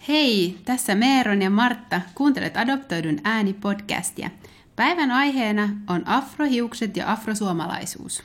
Hei, tässä Meeron ja Martta. Kuuntelet Adoptoidun ääni-podcastia. Päivän aiheena on afrohiukset ja afrosuomalaisuus.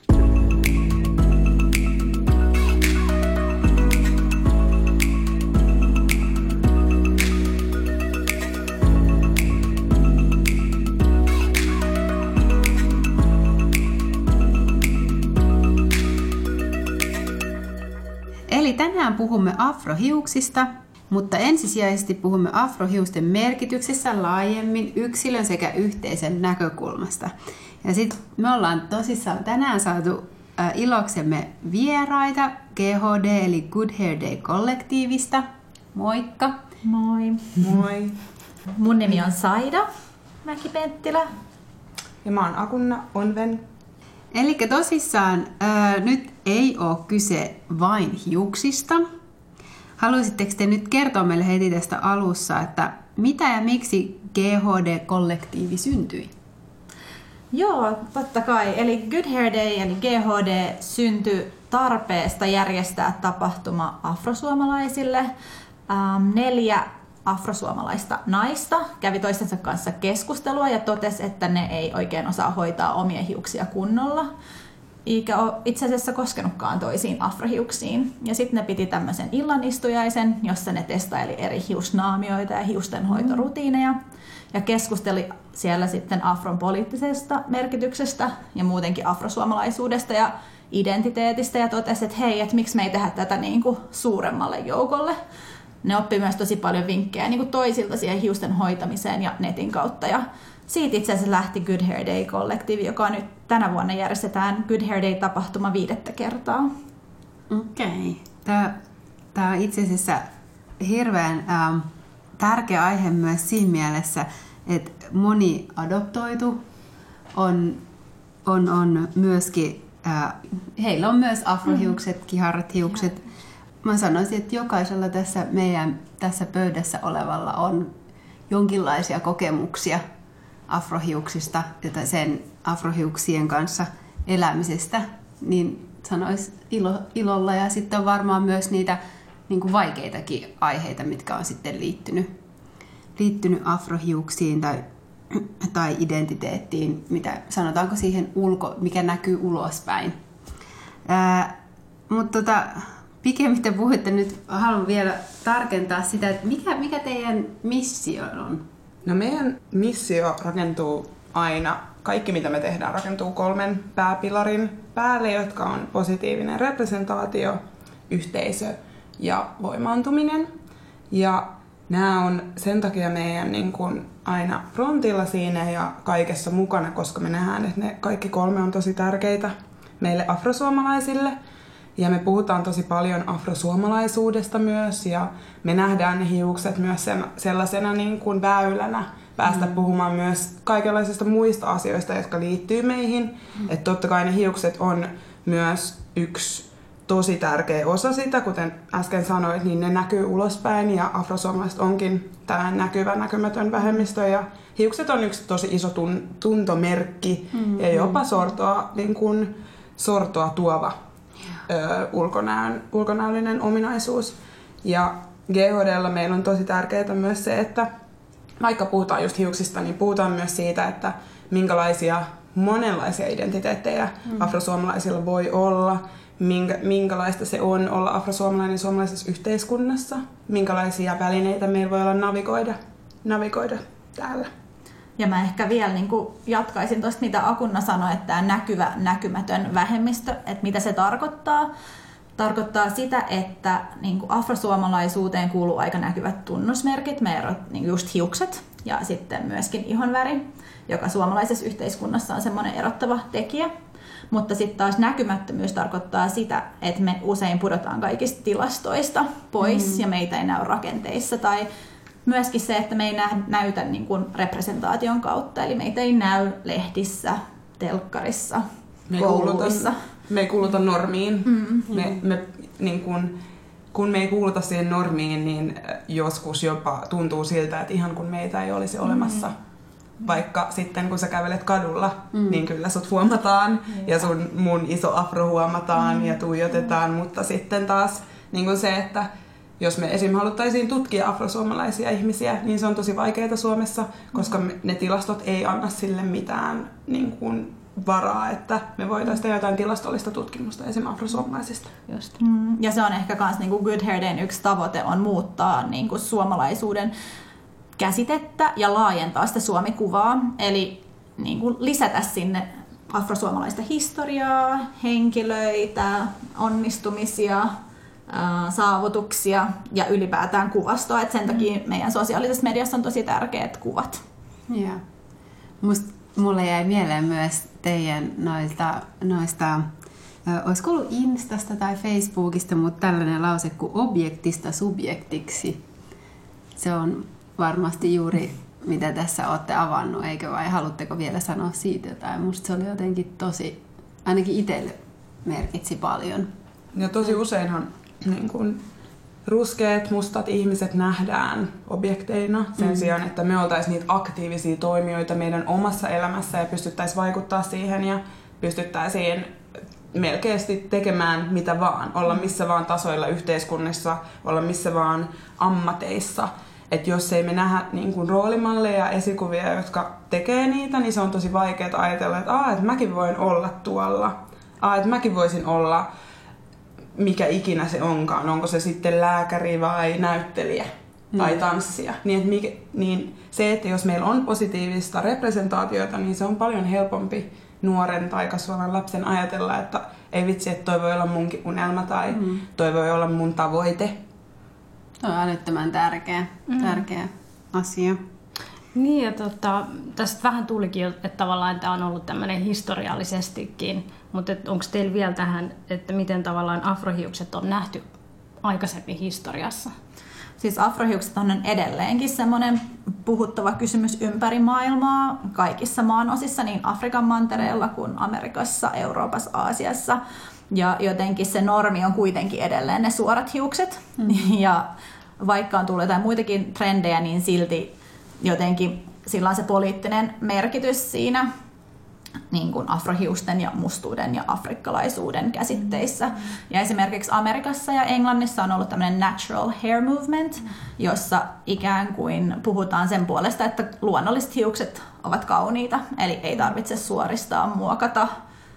Eli tänään puhumme afrohiuksista, mutta ensisijaisesti puhumme afrohiusten merkityksessä laajemmin yksilön sekä yhteisön näkökulmasta. Ja sitten me ollaan tosissaan tänään saatu iloksemme vieraita GHD eli Good Hair Day-kollektiivista. Moikka! Moi! Moi! Mun nimi on Saida Mäki-Penttilä. Ja mä oon Akunna Onven. Eli tosissaan nyt ei ole kyse vain hiuksista. Haluaisitteko te nyt kertoa meille heti tästä alussa, että mitä ja miksi GHD-kollektiivi syntyi? Joo, totta kai. Eli Good Hair Day eli GHD syntyi tarpeesta järjestää tapahtuma afrosuomalaisille. 4 afrosuomalaista naista kävi toistensa kanssa keskustelua ja totesi, että ne ei oikein osaa hoitaa omia hiuksia kunnolla. Eikä ole itse asiassa koskenutkaan toisiin afrohiuksiin. Ja sitten ne piti tämmöisen illanistujaisen, jossa ne testaili eri hiusnaamioita ja hiustenhoitorutiineja. Ja keskusteli siellä sitten afron poliittisesta merkityksestä ja muutenkin afrosuomalaisuudesta ja identiteetistä. Ja totesi, että hei, että miksi me ei tehdä tätä niin kuin suuremmalle joukolle. Ne oppi myös tosi paljon vinkkejä niin kuin toisilta siihen hiusten hoitamiseen ja netin kautta. Ja siitä itse asiassa lähti Good Hair Day-kollektiivi, joka nyt tänä vuonna järjestetään Good Hair Day-tapahtuma 5. kertaa. Okei. Tämä on itse asiassa hirveän tärkeä aihe myös siinä mielessä, että moni adoptoitu on myöskin, heillä on myös afrohiukset, kiharat hiukset. Mä sanoisin, että jokaisella tässä pöydässä olevalla on jonkinlaisia kokemuksia afrohiuksista ja sen afrohiuksien kanssa elämisestä, niin sanois ilolla. Ja sitten on varmaan myös niitä niin kuin vaikeitakin aiheita, mitkä on sitten liittynyt afrohiuksiin tai identiteettiin, mitä sanotaanko siihen mikä näkyy ulospäin. Mutta pikemmin puhutte nyt, haluan vielä tarkentaa sitä, että mikä teidän missio on? No meidän missio rakentuu aina, kaikki mitä me tehdään rakentuu 3 pääpilarin päälle, jotka on positiivinen representaatio, yhteisö ja voimaantuminen. Ja nämä on sen takia meidän niin kuin aina frontilla siinä ja kaikessa mukana, koska me nähdään, että ne kaikki 3 on tosi tärkeitä meille afrosuomalaisille. Ja me puhutaan tosi paljon afrosuomalaisuudesta myös ja me nähdään ne hiukset myös sellaisena niin kuin väylänä päästä puhumaan myös kaikenlaisista muista asioista, jotka liittyy meihin. Että totta kai ne hiukset on myös yksi tosi tärkeä osa sitä, kuten äsken sanoit, niin ne näkyy ulospäin ja afrosuomalaiset onkin tällainen näkyvä, näkymätön vähemmistö ja hiukset on yksi tosi iso tuntomerkki ja jopa sortoa tuova ulkonäöllinen ominaisuus. Ja GHD:llä meillä on tosi tärkeää myös se, että vaikka puhutaan just hiuksista, niin puhutaan myös siitä, että monenlaisia identiteettejä afrosuomalaisilla voi olla, minkälaista se on olla afrosuomalainen suomalaisessa yhteiskunnassa, minkälaisia välineitä meillä voi olla navigoida täällä. Ja mä ehkä vielä niin kuin jatkaisin tuosta, mitä Akunna sanoi, että tämä näkyvä, näkymätön vähemmistö, että mitä se tarkoittaa. Tarkoittaa sitä, että niin kuin afrosuomalaisuuteen kuuluu aika näkyvät tunnusmerkit, meidän niin just hiukset ja sitten myöskin ihonväri, joka suomalaisessa yhteiskunnassa on semmoinen erottava tekijä. Mutta sitten taas näkymättömyys tarkoittaa sitä, että me usein pudotaan kaikista tilastoista pois ja meitä ei näy rakenteissa tai myöskin se, että me ei näytä niin kuin representaation kautta, eli meitä ei näy lehdissä, telkkarissa, kouluissa. Me ei kuuluta normiin. Kun me ei kuuluta siihen normiin, niin joskus jopa tuntuu siltä, että ihan kun meitä ei olisi olemassa. Vaikka sitten kun sä kävelet kadulla, niin kyllä sut huomataan ja mun iso afro huomataan ja tuijotetaan, mutta sitten taas niin kuin se, että jos me esim. Haluttaisiin tutkia afrosuomalaisia ihmisiä, niin se on tosi vaikeaa Suomessa, koska ne tilastot ei anna sille mitään niin kuin varaa, että me voitaisiin tehdä jotain tilastollista tutkimusta esim. Afrosuomalaisista. Just. Ja se on ehkä myös niin Good Hair Dayn yksi tavoite on muuttaa niin kuin suomalaisuuden käsitettä ja laajentaa sitä Suomi-kuvaa. Eli niin kuin lisätä sinne afrosuomalaista historiaa, henkilöitä, onnistumisia, saavutuksia ja ylipäätään kuvastoa. Et sen takia meidän sosiaalisessa mediassa on tosi tärkeät kuvat. Yeah. Mulle jäi mieleen myös teidän noista olisiko ollut Instasta tai Facebookista, mutta tällainen lause kuin objektista subjektiksi. Se on varmasti juuri mitä tässä olette avannut, eikö vai haluatteko vielä sanoa siitä jotain? Musta se oli jotenkin tosi, ainakin itselle merkitsi paljon. Ja tosi useinhan niin kun ruskeat, mustat ihmiset nähdään objekteina sen sijaan, että me oltaisiin niitä aktiivisia toimijoita meidän omassa elämässä ja pystyttäisiin vaikuttaa siihen ja pystyttäisiin melkeästi tekemään mitä vaan, olla missä vaan tasoilla yhteiskunnassa, olla missä vaan ammateissa. Että jos ei me nähdä niin kuin roolimalleja ja esikuvia, jotka tekee niitä, niin se on tosi vaikeaa ajatella, että mäkin voin olla tuolla. Että mäkin voisin olla mikä ikinä se onkaan. Onko se sitten lääkäri vai näyttelijä tai tanssija. Niin se, että jos meillä on positiivista representaatiota, niin se on paljon helpompi nuoren tai kasvavan lapsen ajatella, että ei vitsi, että toi voi olla munkin unelma tai toi voi olla mun tavoite. Se on älyttömän tärkeä asia. Niin ja tästä vähän tulikin, että tavallaan tämä on ollut tämmöinen historiallisestikin, mutta onko teillä vielä tähän, että miten tavallaan afrohiukset on nähty aikaisemmin historiassa? Siis afrohiukset on edelleenkin semmoinen puhuttava kysymys ympäri maailmaa, kaikissa maanosissa, niin Afrikan mantereella kuin Amerikassa, Euroopassa, Aasiassa. Ja jotenkin se normi on kuitenkin edelleen ne suorat hiukset. Ja vaikka on tullut jotain muitakin trendejä, niin silti jotenkin sillä on se poliittinen merkitys siinä niin kuin afrohiusten ja mustuuden ja afrikkalaisuuden käsitteissä. Ja esimerkiksi Amerikassa ja Englannissa on ollut tämmöinen natural hair movement, jossa ikään kuin puhutaan sen puolesta, että luonnolliset hiukset ovat kauniita, eli ei tarvitse suoristaa, muokata,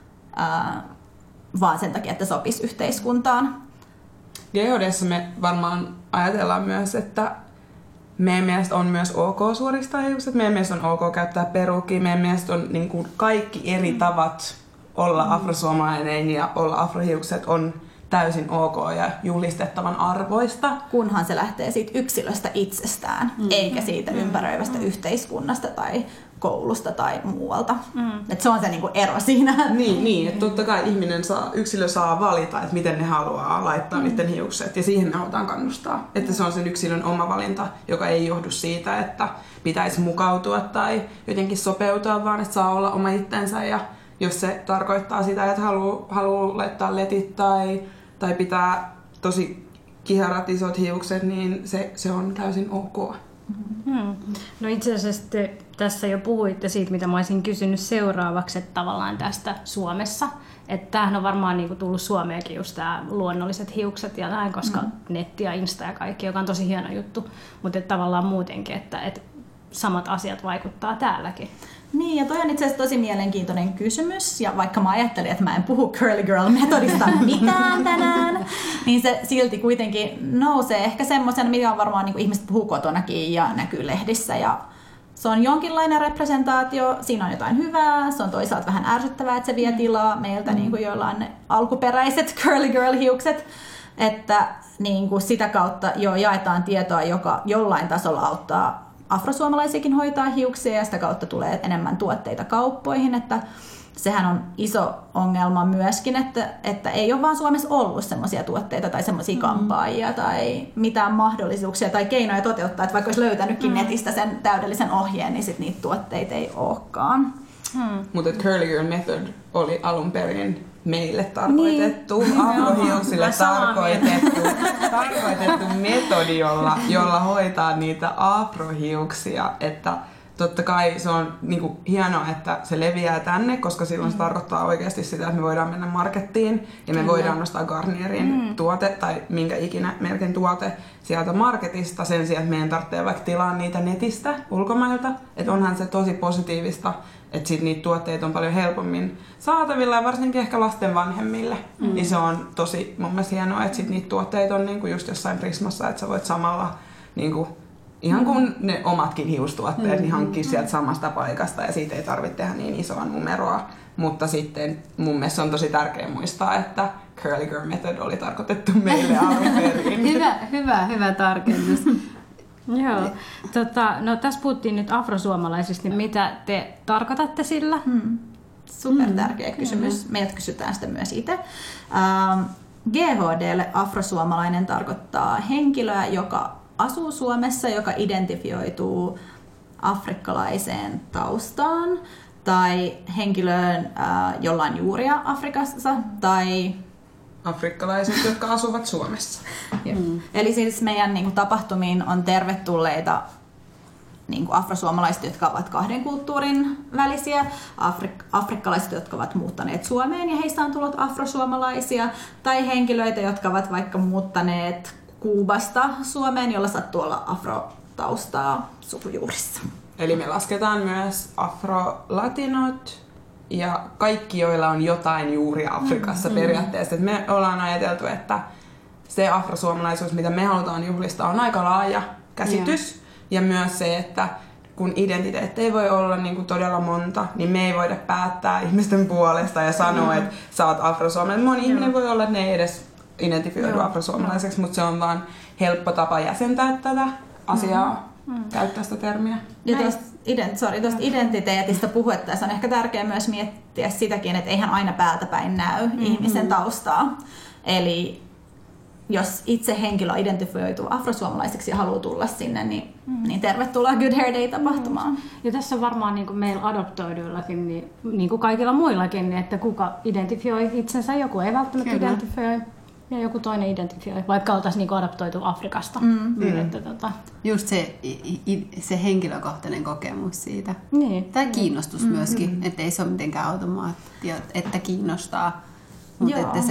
vaan sen takia, että sopisi yhteiskuntaan. GHD:ssä me varmaan ajatellaan myös, että meidän mielestä on myös ok suoristaa hiukset, meidän mielestä on ok käyttää perukia, meidän mielestä on niin kuin kaikki eri tavat olla afrosuomalainen ja olla afrohiukset on täysin ok ja julistettavan arvoista. Kunhan se lähtee siitä yksilöstä itsestään, eikä siitä ympäröivästä yhteiskunnasta tai koulusta tai muualta. Et se on se niinku ero siinä. Niin, että totta kai yksilö saa valita, että miten ne haluaa laittaa niiden hiukset, ja siihen me halutaan kannustaa. Että se on sen yksilön oma valinta, joka ei johdu siitä, että pitäisi mukautua tai jotenkin sopeutua, vaan että saa olla oma itsensä, ja jos se tarkoittaa sitä, että haluaa laittaa letit tai pitää tosi kiharat isot hiukset, niin se on täysin ok. No itse asiassa te tässä jo puhuitte siitä, mitä mä olisin kysynyt seuraavaksi, että tavallaan tästä Suomessa. Että tämähän on varmaan niinku tullut Suomeenkin just tää luonnolliset hiukset ja näin, koska netti ja Insta ja kaikki, joka on tosi hieno juttu. Mutta tavallaan muutenkin, että samat asiat vaikuttaa täälläkin. Niin, ja toi on itse asiassa tosi mielenkiintoinen kysymys, ja vaikka mä ajattelin, että mä en puhu Curly Girl-metodista mitään tänään, niin se silti kuitenkin nousee ehkä semmoisen, mikä on varmaan niin kuin ihmiset puhuu kotonakin ja näkyy lehdissä, ja se on jonkinlainen representaatio, siinä on jotain hyvää, se on toisaalta vähän ärsyttävää, että se vie tilaa meiltä, niin kuin joilla on ne alkuperäiset Curly Girl-hiukset, että niin kuin sitä kautta jo jaetaan tietoa, joka jollain tasolla auttaa afrosuomalaisiakin hoitaa hiuksia ja sitä kautta tulee enemmän tuotteita kauppoihin, että sehän on iso ongelma myöskin, että ei ole vaan Suomessa ollut semmoisia tuotteita tai semmoisia kampaajia tai mitään mahdollisuuksia tai keinoja toteuttaa, että vaikka olisi löytänytkin netistä sen täydellisen ohjeen, niin sit niitä tuotteita ei olekaan. Mutta Curly Girl Method oli alun perin meille tarkoitettu, afrohiuksille tarkoitettu metodi, jolla hoitaa niitä afrohiuksia, että totta kai se on niinku hienoa, että se leviää tänne, koska silloin se tarkoittaa oikeasti sitä, että me voidaan mennä markettiin ja me voidaan nostaa Garnierin tuote tai minkä ikinä merkin tuote sieltä marketista sen sijaan, että meidän tarvitsee vaikka tilaa niitä netistä ulkomailta. Että onhan se tosi positiivista, että sit niitä tuotteita on paljon helpommin saatavilla ja varsinkin ehkä lasten vanhemmille. Niin se on tosi mun mielestä hienoa, että sit niitä tuotteita on niinku just jossain Prismassa, että sä voit samalla niinku ihan kuin ne omatkin hiustuotteet, niin hankkia sieltä samasta paikasta ja siitä ei tarvitse tehdä niin isoa numeroa. Mutta sitten mun mielestä on tosi tärkeää muistaa, että Curly Girl Method oli tarkoitettu meille alun perin. Hyvä tarkennus. Joo. No tässä puhuttiin nyt afrosuomalaisista, niin mitä te tarkoitatte sillä? Super tärkeä kysymys. Meidät kysytään sitä myös itse. GHDlle afrosuomalainen tarkoittaa henkilöä, joka asuu Suomessa, joka identifioituu afrikkalaiseen taustaan tai henkilöön, jolla on juuria Afrikassa tai afrikkalaiset, jotka asuvat Suomessa. Eli siis meidän niin kuin, tapahtumiin on tervetulleita niin kuin afrosuomalaiset, jotka ovat kahden kulttuurin välisiä, afrikkalaiset, jotka ovat muuttaneet Suomeen ja heistä on tullut afrosuomalaisia, tai henkilöitä, jotka ovat vaikka muuttaneet Kuubasta Suomeen, jolla sattuu olla afrotaustaa sukujuurissa. Eli me lasketaan myös afrolatinot ja kaikki, joilla on jotain juuria Afrikassa periaatteessa. Et me ollaan ajateltu, että se afrosuomalaisuus, mitä me halutaan juhlistaa, on aika laaja käsitys. Ja myös se, että kun identiteetti ei voi olla niin kuin todella monta, niin me ei voida päättää ihmisten puolesta ja sanoa, että sä oot afrosuomalainen. Moni ihminen voi olla, että ne ei edes identifioidu afrosuomalaiseksi, mutta se on vaan helppo tapa jäsentää tätä asiaa, käyttää sitä termiä. Ja tuosta identiteetistä puhuttaessa on ehkä tärkeää myös miettiä sitäkin, että eihän aina päältä päin näy ihmisen taustaa. Eli jos itse henkilö identifioituu afrosuomalaiseksi ja haluaa tulla sinne, niin tervetuloa Good Hair Day-tapahtumaan. Ja tässä on varmaan niin kuin meillä adoptoiduillakin, niin kuin kaikilla muillakin, että kuka identifioi itsensä, joku ei välttämättä identifioi ja joku toinen identifioi, vaikka oltaisiin niin adoptoitu Afrikasta. Just se henkilökohtainen kokemus siitä. Niin. Tai kiinnostus myöskin, että ei se ole mitenkään automaattia, että kiinnostaa. Mutta että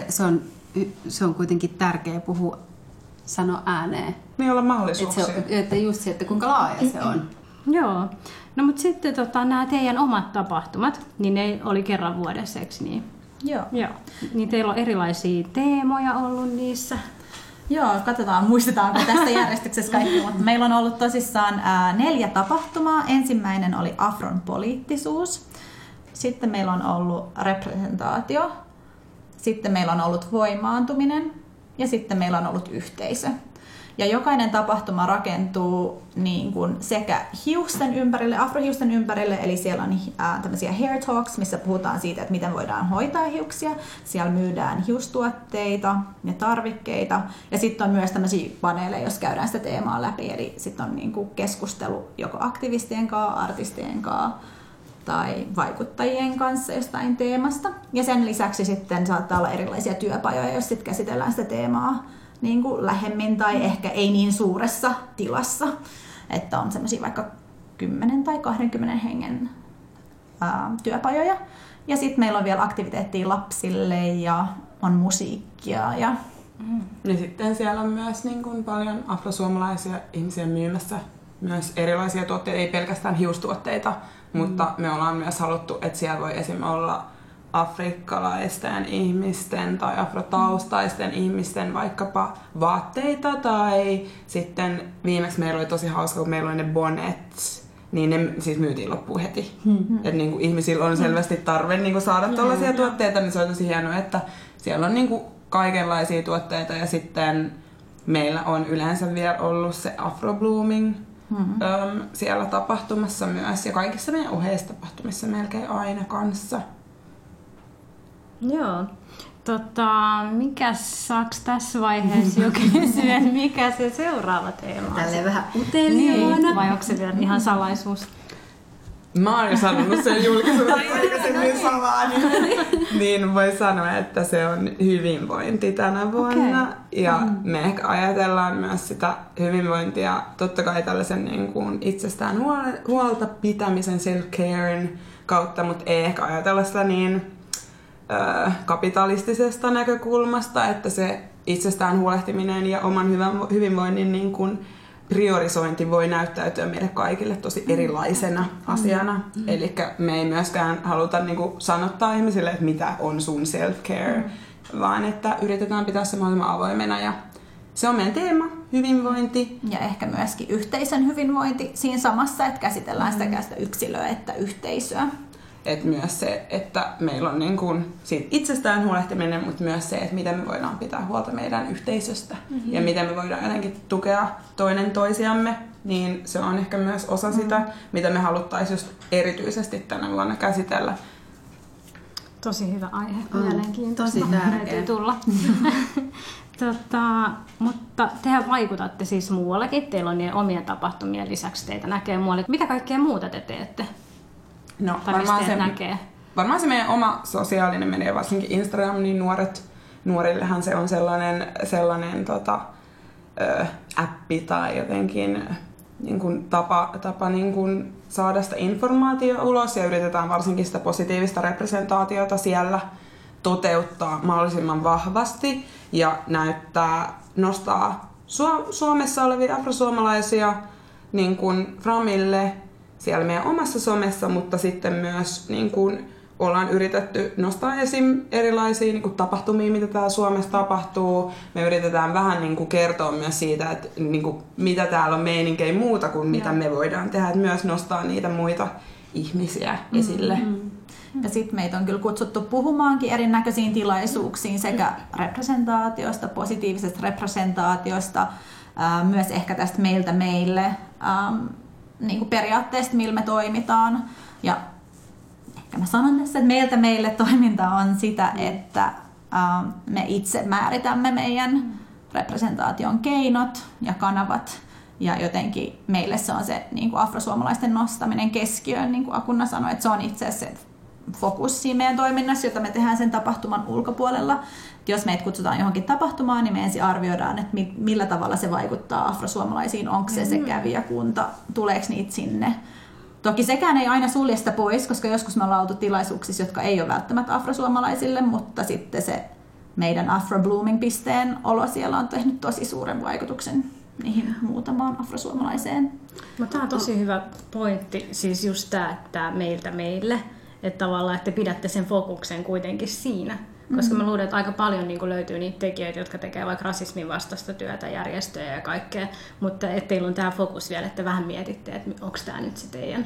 se on kuitenkin tärkeää sanoa ääneen. Niin olla mahdollisuuksia. Että just se, että kuinka laaja se on. Joo. No mutta sitten nämä teidän omat tapahtumat, niin ne oli kerran vuodessa, eikö niin? Joo. Niin teillä on erilaisia teemoja ollut niissä. Joo, katsotaan, muistetaanko tästä järjestyksessä kaikki, mutta meillä on ollut tosissaan 4 tapahtumaa. Ensimmäinen oli afron poliittisuus, sitten meillä on ollut representaatio, sitten meillä on ollut voimaantuminen ja sitten meillä on ollut yhteisö. Ja jokainen tapahtuma rakentuu niin kuin sekä hiusten ympärille, afrohiusten ympärille, eli siellä on tämmöisiä hair talks, missä puhutaan siitä, että miten voidaan hoitaa hiuksia. Siellä myydään hiustuotteita ja tarvikkeita. Ja sitten on myös tämmöisiä paneeleja, jos käydään sitä teemaa läpi. Eli sitten on niin kuin keskustelu joko aktivistien kanssa, artistien kanssa tai vaikuttajien kanssa jostain teemasta. Ja sen lisäksi sitten saattaa olla erilaisia työpajoja, jos sitten käsitellään sitä teemaa niin kuin lähemmin tai ehkä ei niin suuressa tilassa, että on semmoisia vaikka 10 tai 20 hengen työpajoja. Ja sitten meillä on vielä aktiviteettia lapsille ja on musiikkia. Ja sitten siellä on myös niin kuin paljon afrosuomalaisia ihmisiä myymässä myös erilaisia tuotteita, ei pelkästään hiustuotteita, mutta me ollaan myös haluttu, että siellä voi esimerkiksi olla afrikkalaisten ihmisten tai afrotaustaisten ihmisten vaikkapa vaatteita tai sitten viimeksi meillä oli tosi hauska, kun meillä oli ne bonnets, niin ne siis myytiin loppuun heti. Että niin kuin ihmisillä on selvästi tarve niin kuin saada tällaisia tuotteita, niin se on tosi hienoa, että siellä on niin kuin kaikenlaisia tuotteita ja sitten meillä on yleensä vielä ollut se afroblooming siellä tapahtumassa myös ja kaikissa meidän oheistapahtumissa melkein aina kanssa. Joo. Saaks tässä vaiheessa jo kysyä, mikä se seuraava teema on? Tälleen vähän uteliaana. Niin, vai onko se vielä ihan salaisuus? Mä oon jo sanonut sen julkisuudessa aikaisemmin salaa, niin voi sanoa, että se on hyvinvointi tänä vuonna. Okay. Ja me ehkä ajatellaan myös sitä hyvinvointia totta kai tällaisen niin kuin itsestään huolta pitämisen self-caren kautta, mutta ei ehkä ajatella sitä niin kapitalistisesta näkökulmasta, että se itsestään huolehtiminen ja oman hyvinvoinnin niin kuin priorisointi voi näyttäytyä meille kaikille tosi erilaisena asiana. Eli me ei myöskään haluta niin kuin sanottaa ihmisille, että mitä on sun self-care, vaan että yritetään pitää se mahdollisimman avoimena. Ja se on meidän teema, hyvinvointi. Ja ehkä myöskin yhteisön hyvinvointi siinä samassa, että käsitellään sekä sitä yksilöä että yhteisöä. Et myös se, että meillä on niin kuin siitä itsestään huolehtiminen, mutta myös se, että miten me voidaan pitää huolta meidän yhteisöstä ja miten me voidaan jotenkin tukea toinen toisiamme, niin se on ehkä myös osa sitä, mitä me haluttaisiin just erityisesti tänä vuonna käsitellä. Tosi hyvä aihe, mielenkiintoista. Tosi tärkeä. Tulla. Mutta tehän vaikutatte siis muuallakin, teillä on niiden omien tapahtumien lisäksi teitä näkee muualle. Mitä kaikkea muuta te teette? No, varmaan se meidän oma sosiaalinen media, varsinkin Instagram, niin nuorillehan se on sellainen appi tai jotenkin niin kuin tapa niin kuin saada sitä informaatiota ulos ja yritetään varsinkin sitä positiivista representaatiota siellä toteuttaa mahdollisimman vahvasti ja nostaa Suomessa olevia afrosuomalaisia niin kuin framille siellä meidän omassa somessa, mutta sitten myös niin kuin ollaan yritetty nostaa esim. Erilaisia niin kuin tapahtumia, mitä täällä Suomessa tapahtuu. Me yritetään vähän niin kuin kertoa myös siitä, että niin kuin, mitä täällä on meininkejä muuta kuin mitä me voidaan tehdä. Että myös nostaa niitä muita ihmisiä esille. Ja sitten meitä on kyllä kutsuttu puhumaankin erinäköisiin tilaisuuksiin sekä representaatiosta, positiivisesta representaatiosta, myös ehkä tästä meiltä meille niin kuin periaatteesta, millä me toimitaan. Ja ehkä mä sanon tässä, että meiltä meille toiminta on sitä, että me itse määritämme meidän representaation keinot ja kanavat. Ja jotenkin meille se on se niin kuin afrosuomalaisten nostaminen keskiöön, niin kuin Akunna sanoi, että se on itse asiassa se fokus siinä meidän toiminnassa, jota me tehdään sen tapahtuman ulkopuolella. Jos meitä kutsutaan johonkin tapahtumaan, niin me ensin arvioidaan, että millä tavalla se vaikuttaa afrosuomalaisiin, onko se kävijäkunta, tuleeko niitä sinne. Toki sekään ei aina sulje sitä pois, koska joskus me ollaan oltu tilaisuuksissa, jotka ei ole välttämättä afrosuomalaisille, mutta sitten se meidän Afro-Blooming-pisteen olo siellä on tehnyt tosi suuren vaikutuksen niihin muutamaan afrosuomalaiseen. Tämä on tosi hyvä pointti, siis just tämä, että meiltä meille, että tavallaan, että pidätte sen fokuksen kuitenkin siinä. Koska mä luulen, että aika paljon niin löytyy niitä tekijöitä, jotka tekee vaikka rasismin vastaista työtä, järjestöjä ja kaikkea, mutta teillä on tämä fokus vielä, että vähän mietitte, että onko tämä nyt se teidän.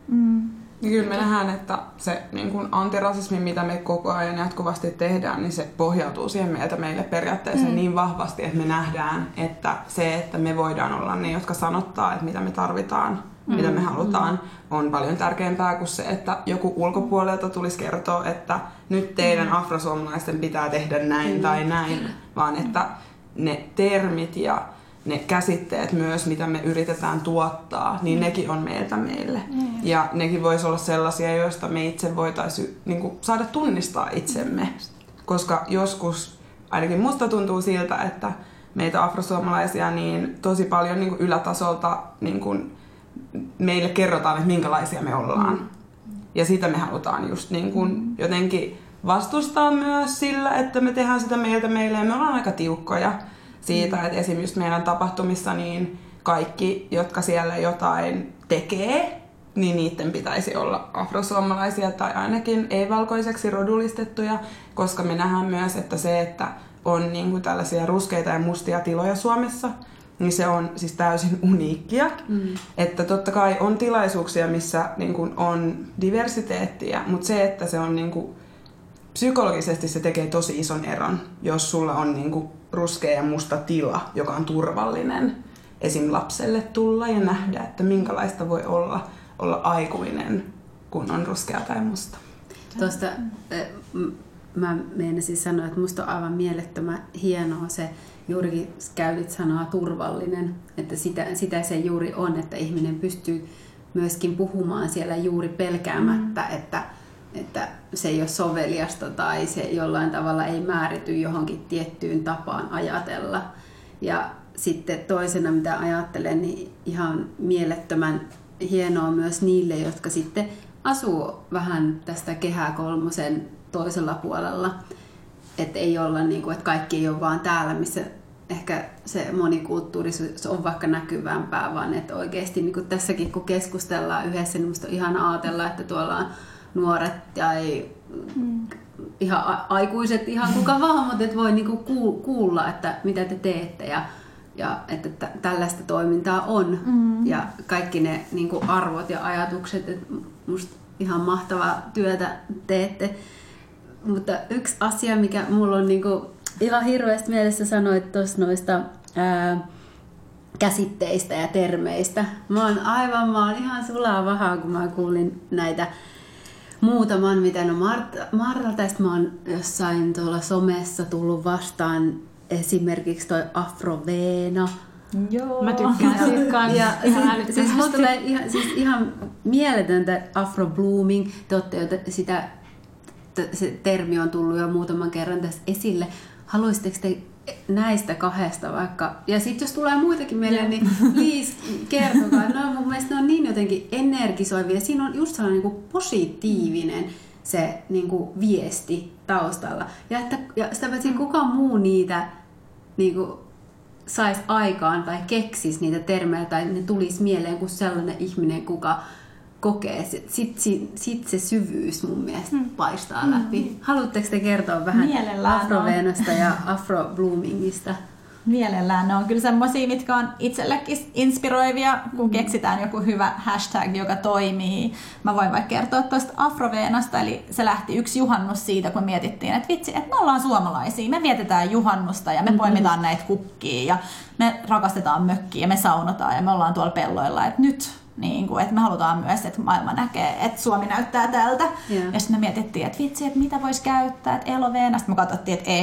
Kyllä me nähdään, että se niin kuin antirasismi, mitä me koko ajan jatkuvasti tehdään, niin se pohjautuu siihen meille periaatteessa niin vahvasti, että me nähdään, että se, että me voidaan olla ne, jotka sanottaa, että mitä me tarvitaan, mitä me halutaan, on paljon tärkeämpää kuin se, että joku ulkopuolelta tulisi kertoa, että nyt teidän afrosuomalaisten pitää tehdä näin tai näin, vaan että ne termit ja ne käsitteet myös, mitä me yritetään tuottaa, niin nekin on meiltä meille. Ja nekin voisi olla sellaisia, joista me itse voitaisiin niin kuin saada tunnistaa itsemme. Koska joskus, ainakin musta tuntuu siltä, että meitä afrosuomalaisia niin tosi paljon niin kuin ylätasolta niin kuin meille kerrotaan, että minkälaisia me ollaan. Ja sitä me halutaan just niin kuin jotenkin vastustaa myös sillä, että me tehdään sitä meiltä meille. Ja me ollaan aika tiukkoja siitä, että esimerkiksi meidän tapahtumissa niin kaikki, jotka siellä jotain tekee, niin niiden pitäisi olla afrosuomalaisia tai ainakin ei-valkoiseksi rodullistettuja, koska me nähdään myös, että se, että on niin kuin tällaisia ruskeita ja mustia tiloja Suomessa, niin se on siis täysin uniikkia. Että totta kai on tilaisuuksia, missä niin kuin on diversiteettiä, mutta se, että se on niin kuin psykologisesti se tekee tosi ison eron, jos sulla on niin kuin ruskea ja musta tila, joka on turvallinen esim. Lapselle tulla ja nähdä, että minkälaista voi olla aikuinen, kun on ruskea tai musta. Tuosta mä meinasin sanoa, että musta on aivan mielettömän hienoa se, juurikin käytit sanaa turvallinen, että sitä se juuri on, että ihminen pystyy myöskin puhumaan siellä juuri pelkäämättä, että se ei ole soveliasta tai se jollain tavalla ei määrity johonkin tiettyyn tapaan ajatella. Ja sitten toisena, mitä ajattelen, niin ihan mielettömän hienoa myös niille, jotka sitten asuu vähän tästä Kehä kolmosen toisella puolella. Että ei olla niin kuin, että kaikki ei ole vaan täällä, missä ehkä se monikulttuurisuus on vaikka näkyvämpää, vaan että oikeasti niin kuin tässäkin kun keskustellaan yhdessä, niin musta on ihana ajatella, että tuolla on nuoret ja ihan aikuiset, ihan kuka vaan, mutta että voi niin kuin kuulla, että mitä te teette ja että tällaista toimintaa on. Ja kaikki ne niin kuin arvot ja ajatukset, että musta ihan mahtavaa työtä teette. Mutta yksi asia, mikä mulla on niinku ihan hirveästi mielessä sanoit tuossa noista käsitteistä ja termeistä. Mä oon ihan sulaa vahaa, kun mä kuulin näitä muutaman, mitä Martalta, ja mä oon jossain tuolla somessa tullut vastaan esimerkiksi toi Afroveena. Joo. Mä tykkään siitä kanssa. Ja siis mulla tulee ihan mieletöntä Afro-blooming. Te olette se termi on tullut jo muutaman kerran tässä esille. Haluaisitteko te näistä kahdesta vaikka, ja sitten jos tulee muitakin mieleen, niin please kertokaa. No, mun mielestä ne on niin jotenkin energisoivia. Siinä on just sellainen niin kuin positiivinen se niin kuin viesti taustalla. Ja sitä paitsi kukaan muu niitä niin kuin saisi aikaan tai keksisi niitä termejä tai ne tulisi mieleen kuin sellainen ihminen, kuka kokee. Sitten se syvyys mun mielestä paistaa läpi. Haluatteko te kertoa vähän Afroveenasta ja Afro-bloomingista? Mielellään. Ne on kyllä semmosia, mitkä on itsellekin inspiroivia, kun keksitään joku hyvä hashtag, joka toimii. Mä voin vaikka kertoa tuosta Afroveenasta, eli se lähti yksi juhannus siitä, kun mietittiin, että vitsi, että me ollaan suomalaisia, me vietetään juhannusta ja me poimitaan näitä kukkia ja me rakastetaan mökkiä ja me saunotaan ja me ollaan tuolla pelloilla, että nyt niin kuin, että me halutaan myös, että maailma näkee, että Suomi näyttää tältä. Yeah. Ja sitten me mietittiin, että vitsi, että mitä voisi käyttää, että Eloveena. Sitten me katsottiin, että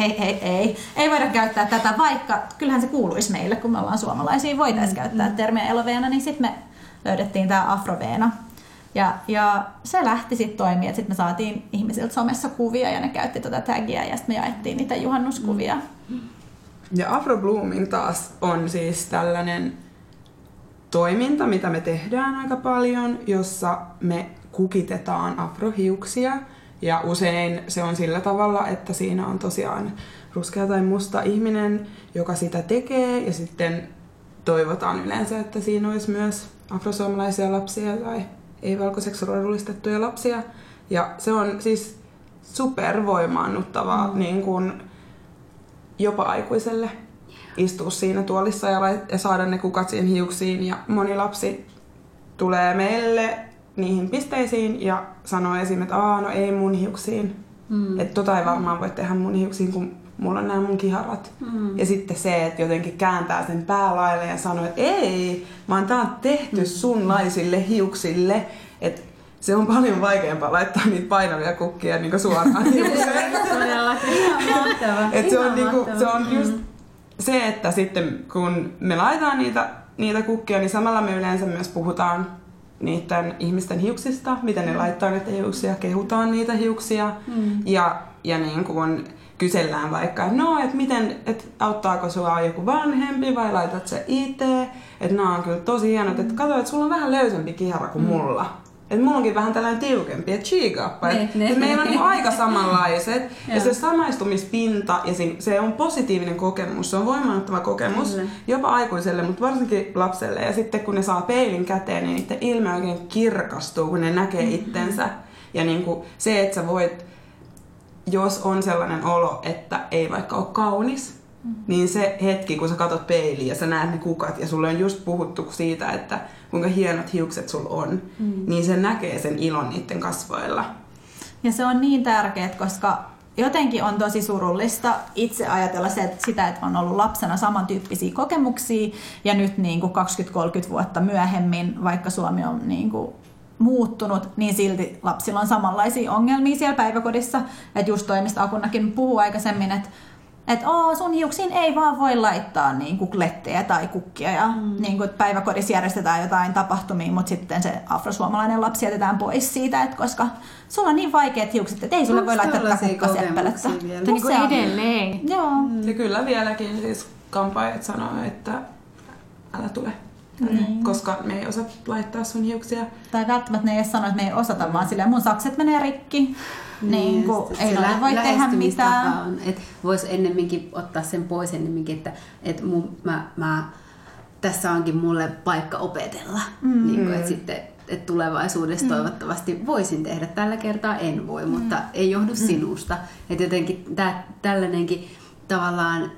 ei voida käyttää tätä, vaikka kyllähän se kuuluisi meille, kun me ollaan suomalaisia, voitaisiin käyttää termiä Eloveena, niin sitten me löydettiin tämä Afroveena. Ja se lähti sitten toimia, että sitten me saatiin ihmisiltä somessa kuvia ja ne käytti tätä tagia ja sitten me jaettiin niitä juhannuskuvia. Ja Afro-blooming taas on siis tällainen toiminta, mitä me tehdään aika paljon, jossa me kukitetaan afrohiuksia. Ja usein se on sillä tavalla, että siinä on tosiaan ruskea tai musta ihminen, joka sitä tekee. Ja sitten toivotaan yleensä, että siinä olisi myös afrosuomalaisia lapsia tai ei-valkoiseksi rodullistettuja lapsia. Ja se on siis supervoimaannuttavaa niin kuin jopa aikuiselle istua siinä tuolissa ja saada ne kukat siihen hiuksiin. Ja moni lapsi tulee meille niihin pisteisiin ja sanoo esim. Että no ei mun hiuksiin. Että tota ei varmaan voi tehdä mun hiuksiin, kun mulla on nämä mun kiharat. Ja sitten se, että jotenkin kääntää sen päälaille ja sanoo, että ei, vaan tää on tehty sunlaisille hiuksille. Että se on paljon vaikeampaa laittaa niitä painavia kukkia niin suoraan hiukseen. Se on just se, että sitten kun me laitetaan niitä kukkia, niin samalla me yleensä myös puhutaan niiden ihmisten hiuksista, miten ne laittaa niitä hiuksia, kehutaan niitä hiuksia ja niin kuin kysellään vaikka, että auttaako sua joku vanhempi vai laitat sä itse, että nämä on kyllä tosi hienot, että katso, että sulla on vähän löysempi kihara kuin mulla. Että mulla onkin vähän tällainen tiukempi, että chiikappa. Meillä on aika samanlaiset. Ja se samaistumispinta ja se on positiivinen kokemus, se on voimaannuttava kokemus jopa aikuiselle, mutta varsinkin lapselle. Ja sitten kun ne saa peilin käteen, niin niiden ilme oikein kirkastuu, kun ne näkee itsensä. Ja niin kuin se, että sä voit, jos on sellainen olo, että ei vaikka ole kaunis, niin se hetki, kun sä katot peiliin ja sä näet ne kukat ja sulle on just puhuttu siitä, että kuinka hienot hiukset sulla on, niin se näkee sen ilon niiden kasvoilla. Ja se on niin tärkeää, koska jotenkin on tosi surullista itse ajatella sitä, että on ollut lapsena samantyyppisiä kokemuksia ja nyt niin kuin 20-30 vuotta myöhemmin, vaikka Suomi on niin kuin muuttunut, niin silti lapsilla on samanlaisia ongelmia siellä päiväkodissa. Että just toimista Akunnakin puhuu aikaisemmin, että Että sun hiuksiin ei vaan voi laittaa niin kuin klettejä tai kukkia ja niin kuin päiväkodissa järjestetään jotain tapahtumia, mutta sitten se afrosuomalainen lapsi jätetään pois siitä, että koska sulla on niin vaikeat hiukset, että ei sulle voi laittaa tätä kukkaseppelettä. Niin kuin edelleen. Joo. Ja kyllä vieläkin siis kampaajat sanoo, että älä tule. Koska me ei osaa laittaa sun hiuksia. Tai välttämättä ne ei edes sano, että me ei osata, vaan silleen mun sakset menee rikki. Niin ei noille voi tehdä mitään. Että voisi ennemminkin ottaa sen pois ennemminkin, että tässä onkin mulle paikka opetella. Niin että sitten että tulevaisuudessa toivottavasti voisin tehdä. Tällä kertaa en voi, mutta ei johdu sinusta. Että jotenkin tällainenkin tavallaan,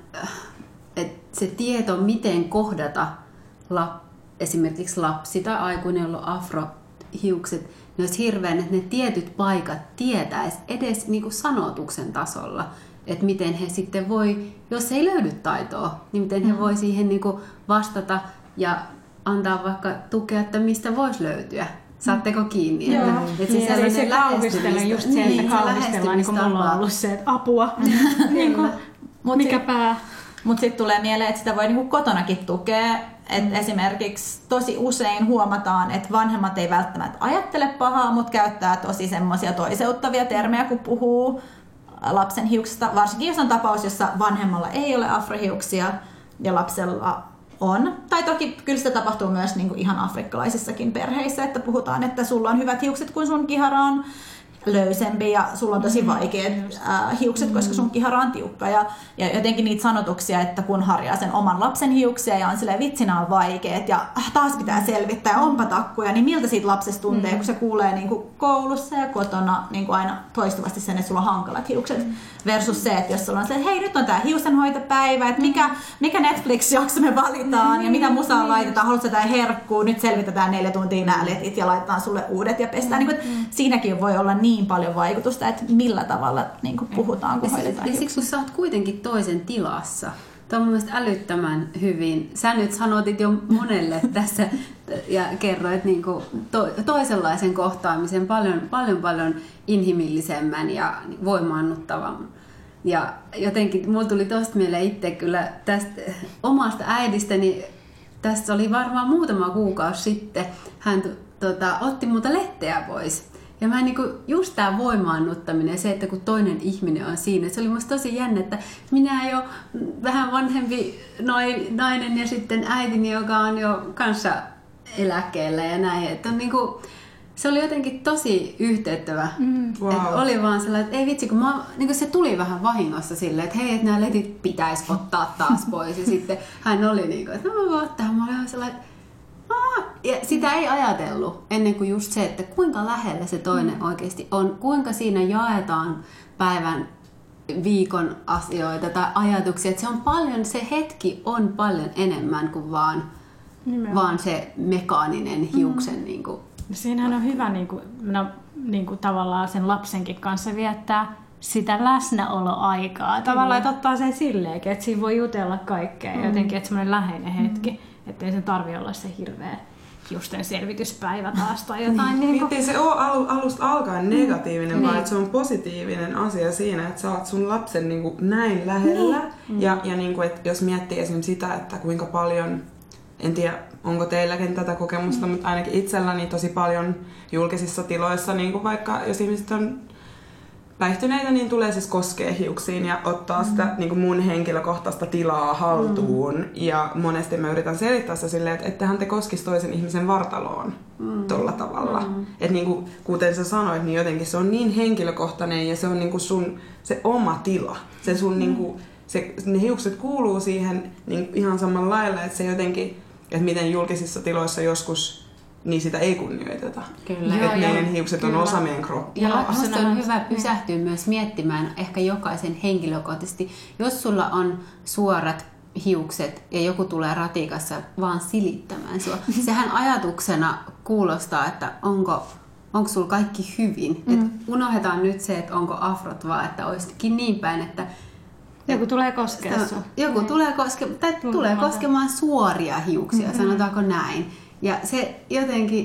että se tieto, miten kohdata esimerkiksi lapsi tai aikuinen, jolla on afrohiukset, niin olisi hirveän, että ne tietyt paikat tietäisi edes niin kuin sanotuksen tasolla, että miten he sitten voi, jos ei löydy taitoa, niin miten he voi siihen niin kuin vastata ja antaa vaikka tukea, että mistä voisi löytyä. Saatteko kiinni? Joo. Että se kauhistelu just sieltä kauhistellaan, niin kuin mulla on ollut se, että apua, niin kuin, mikä pää. Mutta sitten tulee mieleen, että sitä voi niinku kotonakin tukea. Et esimerkiksi tosi usein huomataan, että vanhemmat ei välttämättä ajattele pahaa, mutta käyttää tosi semmoisia toiseuttavia termejä, kun puhuu lapsen hiuksista. Varsinkin jos on tapaus, jossa vanhemmalla ei ole afrohiuksia ja lapsella on. Tai toki kyllä sitä tapahtuu myös niinku ihan afrikkalaisissakin perheissä, että puhutaan, että sulla on hyvät hiukset, kun sun kihara on löysempi ja sulla on tosi vaikeat hiukset, koska sun kihara on tiukka. Ja jotenkin niitä sanotuksia, että kun harjaa sen oman lapsen hiuksia ja on silleen vitsinä on vaikeat ja taas pitää selvittää ja onpa takkuja, niin miltä siitä lapsesta tuntee, kun se kuulee niin kuin koulussa ja kotona niin kuin aina toistuvasti sen, että sulla on hankalat hiukset. Versus se, että jos sulla on se, että hei nyt on tää hiustenhoitopäivä, että mikä Netflix-jakso me valitaan ja mitä musaa laitetaan, haluatko jotain herkkuu, nyt selvitetään 4 tuntia nämä letit ja laitetaan sulle uudet ja pestään. Niin kuin, siinäkin voi olla niin paljon vaikutusta, että millä tavalla niin kuin puhutaan, kun hoidetaan hiuksia. Siksi kun sä oot kuitenkin toisen tilassa. Tämä on mun mielestä älyttömän hyvin. Sä nyt sanotit jo monelle tässä ja kerroit niin kuin toisenlaisen kohtaamisen paljon inhimillisemmän ja voimaannuttavan. Ja jotenkin mulla tuli tosta mieleen itse kyllä tästä omasta äidistäni. Tässä oli varmaan muutama kuukausi sitten. Hän otti multa lettejä pois. Ja mä niinku, just tää voimaannuttaminen, se, että kun toinen ihminen on siinä, se oli musta tosi jännä, että minä jo vähän vanhempi nainen ja sitten äitini, joka on jo kanssa eläkkeellä ja näin. Että on niinku, se oli jotenkin tosi yhteyttävä. Wow. Oli vaan sellainen, että ei vitsi, kun niinku se tuli vähän vahingossa silleen, että hei, että nämä letit pitäisi ottaa taas pois. Ja sitten hän oli niinku, että no mä voin ottaa. Mä olin sellainen, ja sitä ei ajatellut ennen kuin just se, että kuinka lähellä se toinen oikeasti on, kuinka siinä jaetaan päivän, viikon asioita tai ajatuksia. Että se on paljon, se hetki on paljon enemmän kuin vaan se mekaaninen hiuksen. Niin kuin. Siinähän on hyvä niin kuin tavallaan sen lapsenkin kanssa viettää sitä läsnäoloaikaa. Tavallaan, että ottaa sen silleenkin, että siinä voi jutella kaikkea jotenkin, että semmoinen läheinen hetki. Että ei sen tarvitse olla se hirveä hiusten selvityspäivä taas tai jotain. Niin ei se ole alusta alkaen negatiivinen, vaan että se on positiivinen asia siinä, että sä oot sun lapsen niin kuin näin lähellä. Ja niin kuin, että jos miettii esimerkiksi sitä, että kuinka paljon, en tiedä onko teilläkin tätä kokemusta, mutta ainakin itselläni tosi paljon julkisissa tiloissa, niin kuin vaikka jos ihmiset on päihtyneitä, niin tulee siis koskea hiuksiin ja ottaa sitä niin kuin mun henkilökohtaista tilaa haltuun. Ja monesti mä yritän selittää sitä silleen, että ettehän te koskisi toisen ihmisen vartaloon tolla tavalla. Että niin kuin, kuten sä sanoit, niin jotenkin se on niin henkilökohtainen ja se on niin kuin sun se oma tila. Se sun, niin kuin, ne hiukset kuuluu siihen niin ihan samalla lailla, että se jotenkin, että miten julkisissa tiloissa joskus niin sitä ei kunnioiteta. Kyllä. Että meidän hiukset on osa meidän kroppaa. Ja lapsena on hyvä pysähtyä myös miettimään ehkä jokaisen henkilökohtaisesti. Jos sulla on suorat hiukset ja joku tulee ratikassa vaan silittämään sua, sehän ajatuksena kuulostaa, että onko sulla kaikki hyvin. Et unohdetaan nyt se, että onko afrot, vaan että olisikin niin päin, että joku tulee koskemaan sua. Joku tulee koskemaan suoria hiuksia, sanotaanko näin. Ja se jotenkin,